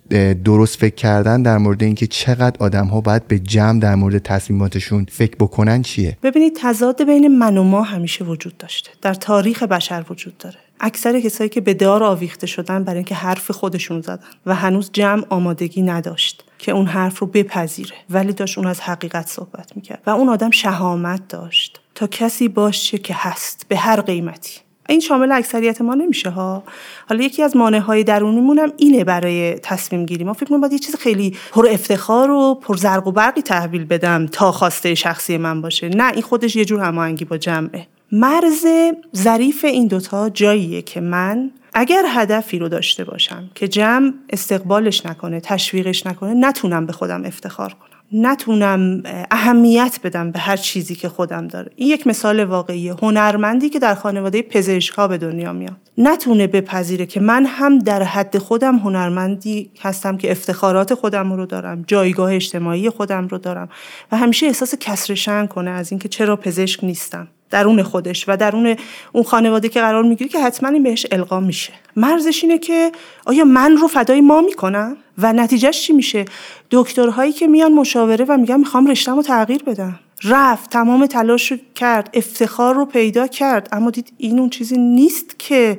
درست فکر کردن در مورد اینکه چقدر آدم‌ها باید به جمع در مورد تصمیماتشون فکر بکنن چیه؟
ببینید تضاد بین من و ما همیشه وجود داشته، در تاریخ بشر وجود داره. اکثر کسایی که به دار آویخته شدن برای اینکه حرف خودشون زدن و هنوز جمع آمادگی نداشت که اون حرف رو بپذیره، ولی داشت اون از حقیقت صحبت میکرد و اون آدم شهامت داشت تا کسی باشه که هست به هر قیمتی. این شامل اکثریت ما نمیشه ها. حالا یکی از مانع‌های درونیمون هم اینه برای تصمیم گیری. ما فکر می‌کنیم باید یه چیز خیلی پر افتخار و پر زرق و برقی تحویل بدم تا خواسته شخصی من باشه. نه، این خودش یه جور هماهنگی با جمعه. مرز ظریف این دوتا جاییه که من اگر هدفی رو داشته باشم که جمع استقبالش نکنه، تشویقش نکنه، نتونم به خودم افتخار کنم، نتونم اهمیت بدم به هر چیزی که خودم داره. این یک مثال واقعیه. هنرمندی که در خانواده پزشکا به دنیا میاد نتونه بپذیره که من هم در حد خودم هنرمندی هستم که افتخارات خودم رو دارم، جایگاه اجتماعی خودم رو دارم و همیشه احساس کسر شأن کنه از اینکه چرا پزشک نیستم. درون خودش و درون اون خانواده که قرار میگیره که حتما این بهش القا میشه. مرزش اینه که آیا من رو فدای ما میکنم و نتیجهش چی میشه؟ دکترهایی که میان مشاوره و میگن میخوام رشته‌مو تغییر بدم، رفت تمام تلاش کرد، افتخار رو پیدا کرد، اما دید این اون چیزی نیست که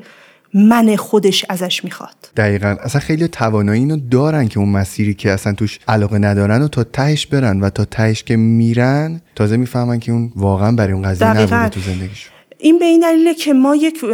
من خودش ازش میخواد.
دقیقاً. اصلا خیلی توانایی اینو دارن که اون مسیری که اصلا توش علاقه ندارن و تا تهش برن و تا تهش که میرن تازه میفهمن که اون واقعا برای اون قضیه نبوده تو زندگیشون.
این به این دلیله که ما یک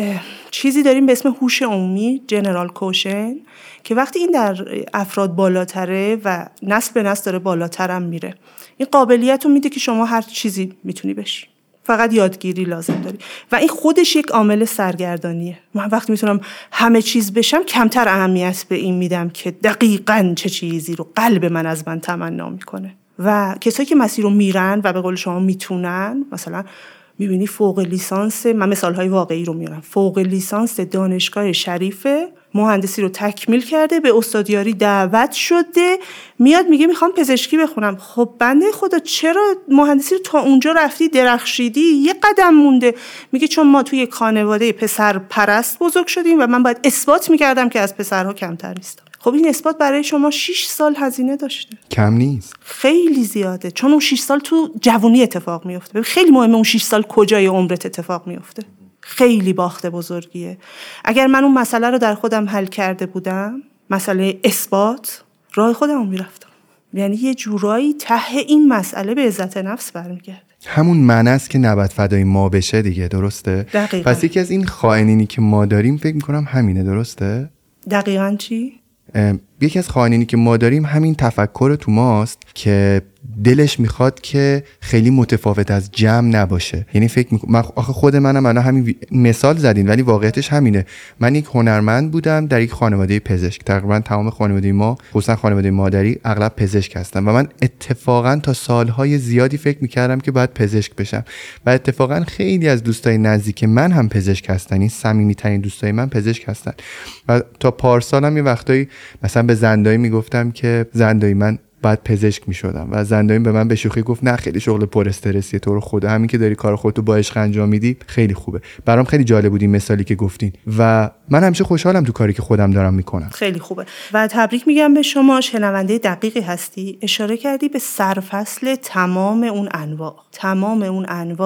چیزی داریم به اسم هوش عمومی، جنرال کوشن، که وقتی این در افراد بالاتره و نسل به نسل داره بالاتر هم میره، این قابلیت رو میده که شما هر چیزی میتونی بشی، فقط یادگیری لازم داری. و این خودش یک عامل سرگردانیه. من وقتی میتونم همه چیز بشم کمتر اهمیت به این میدم که دقیقاً چه چیزی رو قلب من از من تمنا میکنه. و کسایی که مسیر رو میرن و به قول شما میتونن، مثلا میبینی فوق لیسانس، من مثالهای واقعی رو میارم، فوق لیسانس دانشگاه شریفه، مهندسی رو تکمیل کرده، به استادیاری دعوت شده، میاد میگه میخوام پزشکی بخونم. خب بنده خدا چرا مهندسی رو تا اونجا رفتی درخشیدی؟ یه قدم مونده. میگه چون ما توی خانواده پسر پرست بزرگ شدیم و من باید اثبات میکردم که از پسرها کمتر نیستم. خب این اثبات برای شما 6 سال هزینه داشته.
کم نیست،
خیلی زیاده، چون اون 6 سال تو جوانی اتفاق میفته. خیلی مهمه اون 6 سال کجای عمرت اتفاق میفته. خیلی باخت بزرگیه. اگر من اون مسئله رو در خودم حل کرده بودم، مسئله اثبات، راه خودم رو میرفتم. یعنی یه جورایی ته این مسئله به عزت نفس برمیگرده.
همون معنی است که نباید فدای ما بشه دیگه، درسته؟
دقیقاً.
پس یکی از این خائنینی که ما داریم فکر میکنم همینه، درسته؟
دقیقاً چی؟
یکی از خائنینی که ما داریم همین تفکر تو ماست که دلش میخواد که خیلی متفاوت از جمع نباشه. یعنی فکر میکنم آخه خود منم الان همین مثال زدین ولی واقعیتش همینه. من یک هنرمند بودم در یک خانواده پزشک. تقریبا تمام خانواده ما، خصوصا خانواده مادری، اغلب پزشک هستن و من اتفاقا تا سالهای زیادی فکر میکردم که باید پزشک بشم و اتفاقا خیلی از دوستای نزدیک من هم پزشک هستن. این صمیمیترین دوستای من پزشک هستن و تا پارسالم یه وقتایی مثلا به زندایی میگفتم که زندایی من بعد پزشک میشدم و زندایی به من به شوخی گفت نه خیلی شغل پر استرسیه، تو رو خدا همین که داری کار خودتو با عشق انجام میدی خیلی خوبه. برام خیلی جالب بود این مثالی که گفتین و من همیشه خوشحالم تو کاری که خودم دارم میکنم.
خیلی خوبه و تبریک میگم به شما، شنونده دقیقی هستی. اشاره کردی به سرفصل تمام اون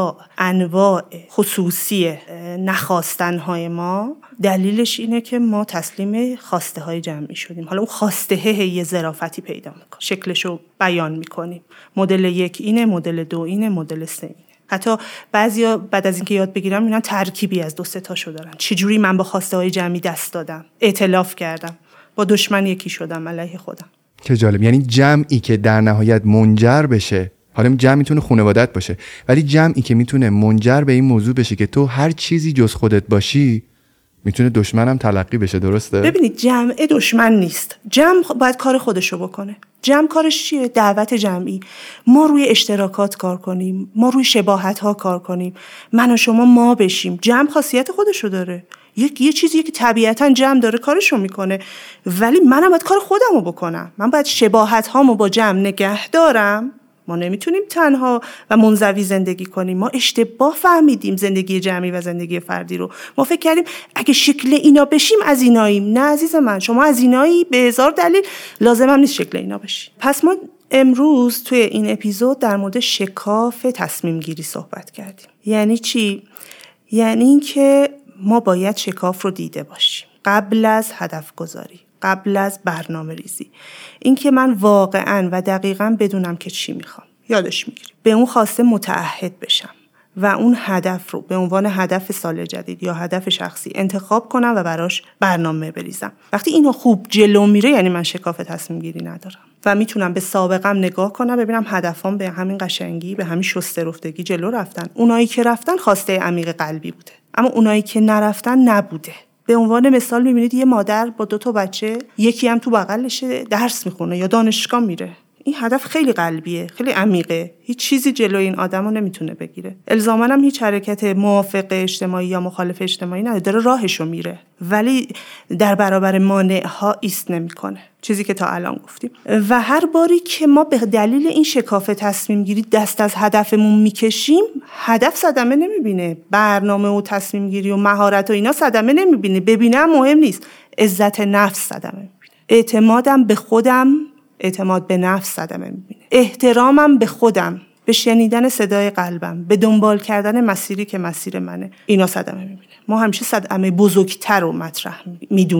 انواع خصوصی نخواستنهای ما. دلیلش اینه که ما تسلیم خواسته های جمعی شدیم. حالا اون خواسته یه ظرافتی پیدا میکنه، شکلشو بیان میکنیم. مدل 1 اینه، مدل 2 اینه، مدل 3 اینه. حتی بعضیا بعد از اینکه یاد بگیرم میبینن ترکیبی از 2-3 تاشو دارن. چجوری من با خواسته های جمعی دست دادم، ائتلاف کردم، با دشمن یکی شدم علیه خودم.
چه جالب. یعنی جمعی که در نهایت منجر بشه، حالا جمع میتونه خانوادت باشه ولی جمعی که میتونه منجر به این موضوع بشه که تو هر چیزی جز خودت باشی، میتونه دشمنم تلقی بشه. درسته؟
ببینید جمع دشمن نیست. جمع باید کار خودشو بکنه. جمع کارش چیه؟ دعوت جمعی. ما روی اشتراکات کار کنیم، ما روی شباهت ها کار کنیم، من و شما ما بشیم. جمع خاصیت خودشو داره. یه چیزیه که طبیعتاً جمع داره کارشو میکنه، ولی منم باید کار خودمو بکنم. من باید شباهت هامو با جمع نگه دارم. ما نمیتونیم تنها و منزوی زندگی کنیم. ما اشتباه فهمیدیم زندگی جمعی و زندگی فردی رو. ما فکر کردیم اگه شکل اینا بشیم از ایناییم. نه عزیز من، شما از اینایی به هزار دلیل، لازم هم نیست شکل اینا بشی. پس ما امروز توی این اپیزود در مورد شکاف تصمیم گیری صحبت کردیم. یعنی چی؟ یعنی این که ما باید شکاف رو دیده باشیم قبل از هدف گذاری، قبل از برنامه ریزی. این که من واقعاً و دقیقاً بدونم که چی میخوام. یادش میگیریم به اون خواسته متعهد بشم و اون هدف رو به عنوان هدف سال جدید یا هدف شخصی انتخاب کنم و براش برنامه بریزم. وقتی اینو خوب جلو میره یعنی من شکاف تصمیم گیری ندارم و میتونم به سابقم نگاه کنم ببینم هدفام به همین قشنگی، به همین شسته رفتگی جلو رفتن. اونایی که رفتن خواسته عمیق قلبی بوده، اما اونایی که نرفتن نبوده. به عنوان مثال میبینید یه مادر با 2 بچه، یکی هم تو بغلشه درس میخونه یا دانشگاه میره. این هدف خیلی قلبیه، خیلی عمیقه. هیچ چیزی جلوی این آدمو نمیتونه بگیره. الزاماً هم هیچ حرکت موافق اجتماعی یا مخالف اجتماعی نداره، داره راهشو میره، ولی در برابر مانع‌ها ایست نمیکنه. چیزی که تا الان گفتیم. و هر باری که ما به دلیل این شکاف تصمیم گیری دست از هدفمون میکشیم، هدف صدمه نمیبینه، برنامه و تصمیم گیری و مهارت و اینا صدمه نمیبینه. ببینم مهم نیست، عزت نفس صدمه میبینه، اعتمادم به خودم، اعتماد به نفس صدمه میبینه، احترامم به خودم، به شنیدن صدای قلبم، به دنبال کردن مسیری که مسیر منه، اینا صدمه میبینه. ما همیشه صدمه بزرگتر رو مطرح میدونیم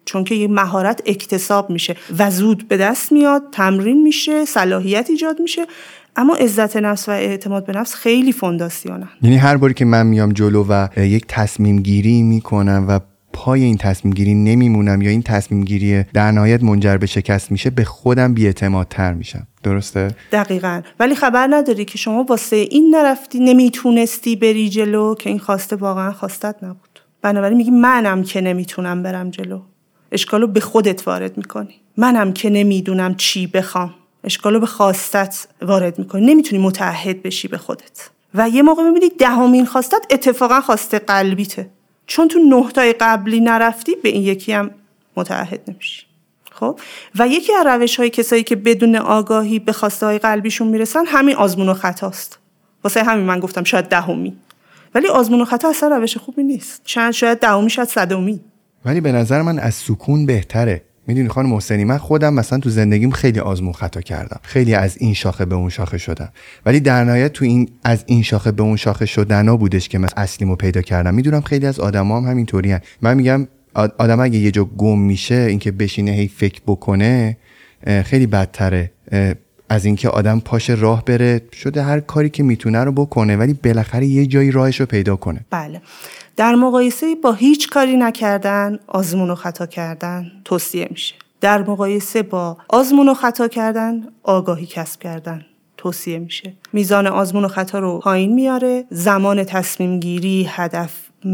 چون که یه مهارت اکتساب میشه و زود به دست میاد، تمرین میشه، صلاحیت ایجاد میشه. اما عزت نفس و اعتماد به نفس خیلی فونداسیونن.
یعنی هر باری که من میام جلو و یک تصمیم گیری میکنم و پای این تصمیم گیری نمیمونم یا این تصمیم گیری در نهایت منجر به شکست میشه، به خودم بی‌اعتمادتر میشم. درسته؟
دقیقاً. ولی خبر نداری که شما واسه این نرفتی، نمیتونستی بری جلو که این خواسته واقعا خواستت نبود. بنابراین میگی منم که نمیتونم برم جلو. اشکالو به خودت وارد میکنی. منم که نمیدونم چی بخوام. اشکالو به خواستت وارد میکنی. نمیتونی متعهد بشی به خودت. و یه موقع میبینی 10مین خواستت اتفاقا خواسته قلبیته. چون تو 9 تای قبلی نرفتی، به این یکی هم متعهد نمیشی. خب و یکی از روش‌های کسایی که بدون آگاهی به خواسته‌های قلبیشون میرسن همین آزمون و خطاست. واسه همین من گفتم شاید 10می. ولی آزمون و خطا اصلا روش خوبی نیست. شاید 10می، شاید 100می.
ولی به نظر من از سکون بهتره. میدونی خانم محسنی، من خودم مثلا تو زندگیم خیلی آزمون خطا کردم، خیلی از این شاخه به اون شاخه شدم، ولی در نهایت تو این از این شاخه به اون شاخه شدنا بودش که من اصلیمو پیدا کردم. میدونم خیلی از آدما هم همینطوری هن. من میگم آدم اگه یه جا گم میشه، اینکه بشینه هی فکر بکنه خیلی بدتره از اینکه آدم پاش راه بره، شده هر کاری که میتونه رو بکنه ولی بالاخره یه جایی راهش رو پیدا کنه.
بله. در مقایسه با هیچ کاری نکردن، آزمون و خطا کردن توصیه میشه. در مقایسه با آزمون و خطا کردن، آگاهی کسب کردن توصیه میشه. میزان آزمون و خطا رو پایین میاره، زمان تصمیم گیری، هدف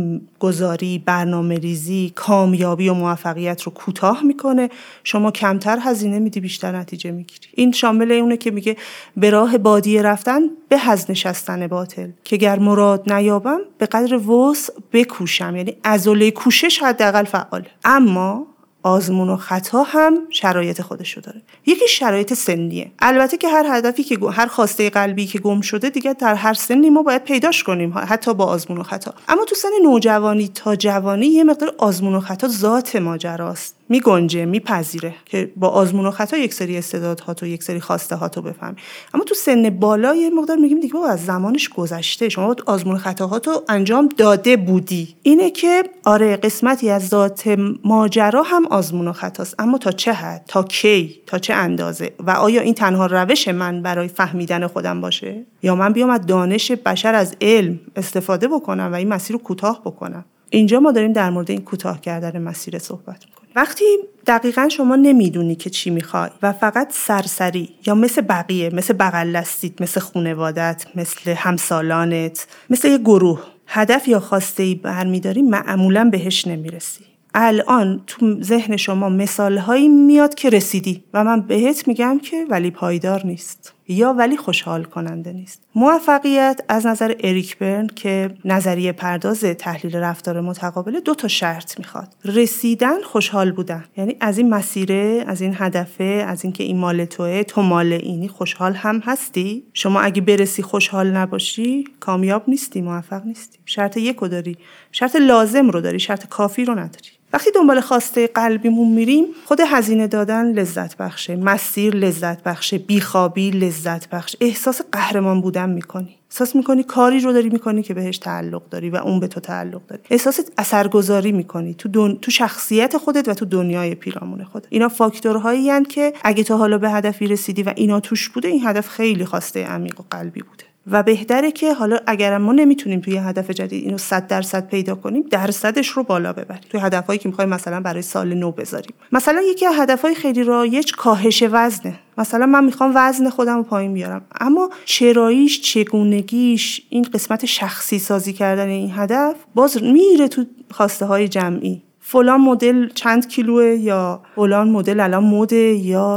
گذاری، برنامه ریزی، کامیابی و موفقیت رو کوتاه میکنه. شما کمتر هزینه میدی، بیشتر نتیجه میگیری. این شامل اونه که میگه به راه بادیه رفتن به از نشستن باطل، که گر مراد نیابم به قدر وسع بکوشم. یعنی عضله کوشش حداقل فعاله. اما آزمون و خطا هم شرایط خودشو داره. یکی شرایط سنیه. البته که هر هدفی که هر خواسته قلبی که گم شده دیگه در هر سنی ما باید پیداش کنیم، حتی با آزمون و خطا. اما تو سن نوجوانی تا جوانی یه مقدار آزمون و خطا ذات ماجراست. میگنجه، میپذیره که با آزمون و خطا یک سری استعدادها تو، یک سری خواسته ها تو بفهمی. اما تو سن بالا یه مقدار میگیم دیگه بابا از زمانش گذشته، شما آزمون و خطاها تو انجام داده بودی. اینه که آره قسمتی از ذات ماجرا هم آزمون و خطاست، اما تا چه حد، تا کی، تا چه اندازه، و آیا این تنها روش من برای فهمیدن خودم باشه یا من بیام از دانش بشر، از علم استفاده بکنم و این مسیر رو کوتاه بکنم. اینجا ما داریم در مورد این کوتاه کردن مسیر صحبت میکنیم. وقتی دقیقاً شما نمیدونی که چی میخوای و فقط سرسری یا مثل بقیه، مثل بغل دستیت، مثل خانوادت، مثل همسالانت، مثل یه گروه هدف یا خواسته‌ای برمی‌داری، معمولاً بهش نمیرسی. الان تو ذهن شما مثال‌هایی میاد که رسیدی و من بهت میگم که ولی پایدار نیست یا ولی خوشحال کننده نیست. موفقیت از نظر اریک برن که نظریه پرداز تحلیل رفتار متقابله 2 شرط میخواد. رسیدن، خوشحال بودن. یعنی از این مسیره، از این هدفه، از این که این مال توئه، تو مال اینی خوشحال هم هستی. شما اگه برسی خوشحال نباشی کامیاب نیستی، موفق نیستی. شرط 1 رو داری، شرط لازم رو داری، شرط کافی رو نداری. وقتی دنبال خواسته قلبیمون میریم، خود هزینه دادن لذت بخشه، مسیر لذت بخشه، بیخوابی لذت بخشه، احساس قهرمان بودن میکنی، احساس میکنی کاری رو داری میکنی که بهش تعلق داری و اون به تو تعلق داره، احساس اثرگذاری میکنی تو شخصیت خودت و تو دنیای پیرامون خودت. اینا فاکتورهایی هستند که اگه تا حالا به هدفی رسیدی و اینا توش بوده، این هدف خیلی خواسته عمیق و قلبی بوده. و بهتره که حالا اگر ما نمیتونیم توی هدف جدید اینو 100% پیدا کنیم، درصدش رو بالا ببریم. توی هدفایی که می‌خوایم مثلا برای سال نو بذاریم. مثلا یکی از هدفهای خیلی رایج کاهش وزنه. مثلا من میخوام وزن خودم رو پایین بیارم، اما چراییش، چگونگیش، این قسمت شخصی سازی کردن این هدف باز میره تو خواسته های جمعی. فلان مدل چند کیلوه، یا فلان مدل الان موده، یا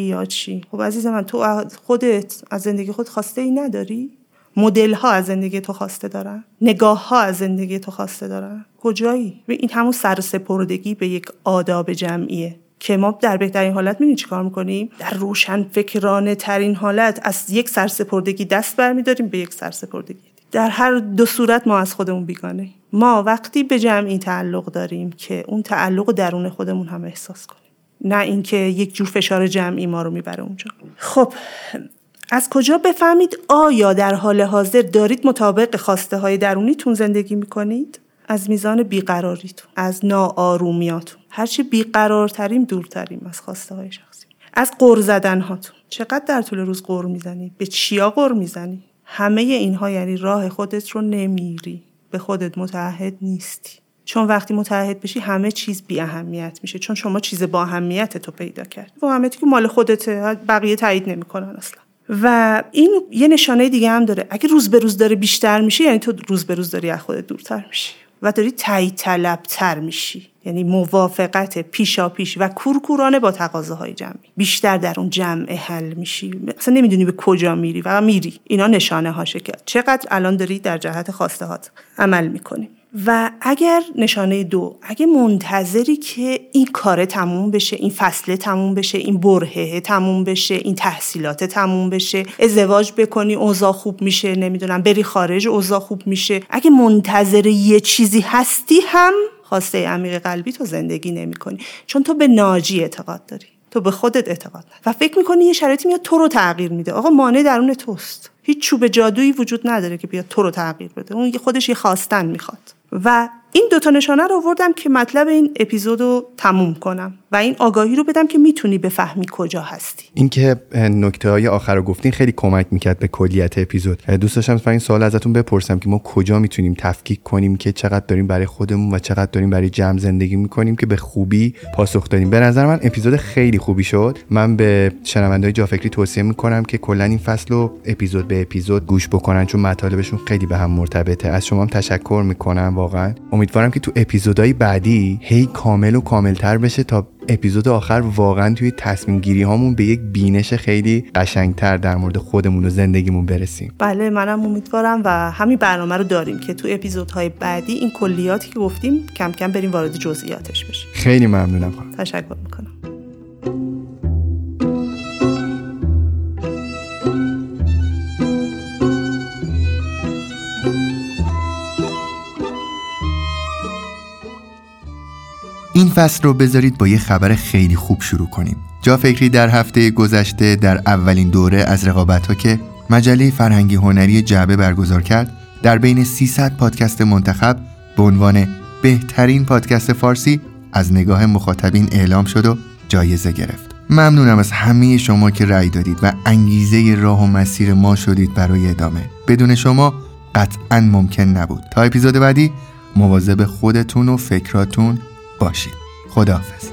چی. خب عزیز من، تو خودت از زندگی خود خواسته ای نداری؟ مدل ها از زندگی تو خواسته دارن؟ نگاه ها از زندگی تو خواسته دارن؟ کجایی؟ این همون سرسپردگی به یک آداب جمعیه که ما در بهترین حالت می‌بینیم چیکار می‌کنیم؟ در روشن فکرانه ترین حالت از یک سرسپردگی دست برمی‌داریم به یک سرسپردگی. در هر 2 صورت ما از خودمون بیگانه. ما وقتی به جمعی تعلق داریم که اون تعلق درون خودمون هم احساس کنیم، نه اینکه یک جور فشار جمعی ما رو میبره اونجا. خب از کجا بفهمید آیا در حال حاضر دارید مطابق خواسته های درونیتون زندگی میکنید؟ از میزان بیقراریتون، از ناآرومیاتون. هرچی بیقرارتریم دورتریم از خواسته های شخصی. از غر زدن هاتون، چقدر در طول روز غر میزنی؟ به چیا غر میزنی؟ همه اینها یعنی راه خودت رو نمیری، به خودت متعهد نیستی. چون وقتی متعهد بشی همه چیز بی اهمیت میشه، چون شما چیز با اهمیت تو پیدا کرد و اهمیتی که مال خودته، بقیه تایید نمیکنن اصلا. و این یه نشانه دیگه هم داره، اگه روز به روز داره بیشتر میشه یعنی تو روز به روز داری از خودت دورتر میشی و داری تایید طلب‌تر میشی، یعنی موافقت پیشا پیش و کورکورانه با تقاضاهای جمعی. بیشتر در اون جمع حل میشی، اصلا نمیدونی به کجا میری و میری. اینا نشانه هاشه که چقدر الان داری در جهت خواسته هات عمل میکنی. و اگر نشانه 2، اگه منتظری که این کار تموم بشه، این فصله تموم بشه، این برهه تموم بشه، این تحصیلات تموم بشه، ازدواج بکنی اوضاع خوب میشه، نمیدونم بری خارج اوضاع خوب میشه، اگه منتظر یه چیزی هستی هم خواسته عمیق قلبی تو زندگی نمی کنی، چون تو به ناجی اعتقاد داری، تو به خودت اعتقاد نداری و فکر میکنی یه شرایطی میاد تو رو تغییر میده. آقا مانع درون توست، هیچ چوب جادویی وجود نداره که بیاد تو رو تغییر بده، اون خودش یه خواستن میخواد. و این 2 نشانه رو آوردم که مطلب این اپیزودو تموم کنم و این آگاهی رو بدم که میتونی بفهمی کجا هستی.
این که نکته‌های آخر رو گفتین خیلی کمک میکرد به کلیت اپیزود. دوست داشتم این سوال ازتون بپرسم که ما کجا میتونیم تفکیک کنیم که چقدر داریم برای خودمون و چقدر داریم برای جمع زندگی میکنیم که به خوبی پاسخ دادیم. به نظر من اپیزود خیلی خوبی شد. من به شنونده‌های جافکری توصیه میکنم که کلا این فصل رو اپیزود به اپیزود گوش بکنن، چون مطالبشون خیلی به هم مرتبطه. از شما هم تشکر میکنم واقعا. امیدوارم که تو اپیزودهای بعدی هی کامل و کاملتر بشه تا اپیزود آخر واقعا توی تصمیم گیری هامون به یک بینش خیلی قشنگتر در مورد خودمون و زندگیمون برسیم.
بله منم امیدوارم و همین برنامه رو داریم که تو اپیزودهای بعدی این کلیاتی که گفتیم کم کم بریم وارد جزئیاتش بشیم.
خیلی ممنونم.
تشکر میکنم.
این فصل رو بذارید با یه خبر خیلی خوب شروع کنیم. جافکری در هفته گذشته در اولین دوره از رقابت‌ها که مجله فرهنگی هنری جعبه برگزار کرد در بین 300 پادکست منتخب به عنوان بهترین پادکست فارسی از نگاه مخاطبین اعلام شد و جایزه گرفت. ممنونم از همه شما که رأی دادید و انگیزه راه و مسیر ما شدید برای ادامه. بدون شما قطعاً ممکن نبود. تا اپیزود بعدی مواظب خودتون و فکراتون باشید. خداحافظ.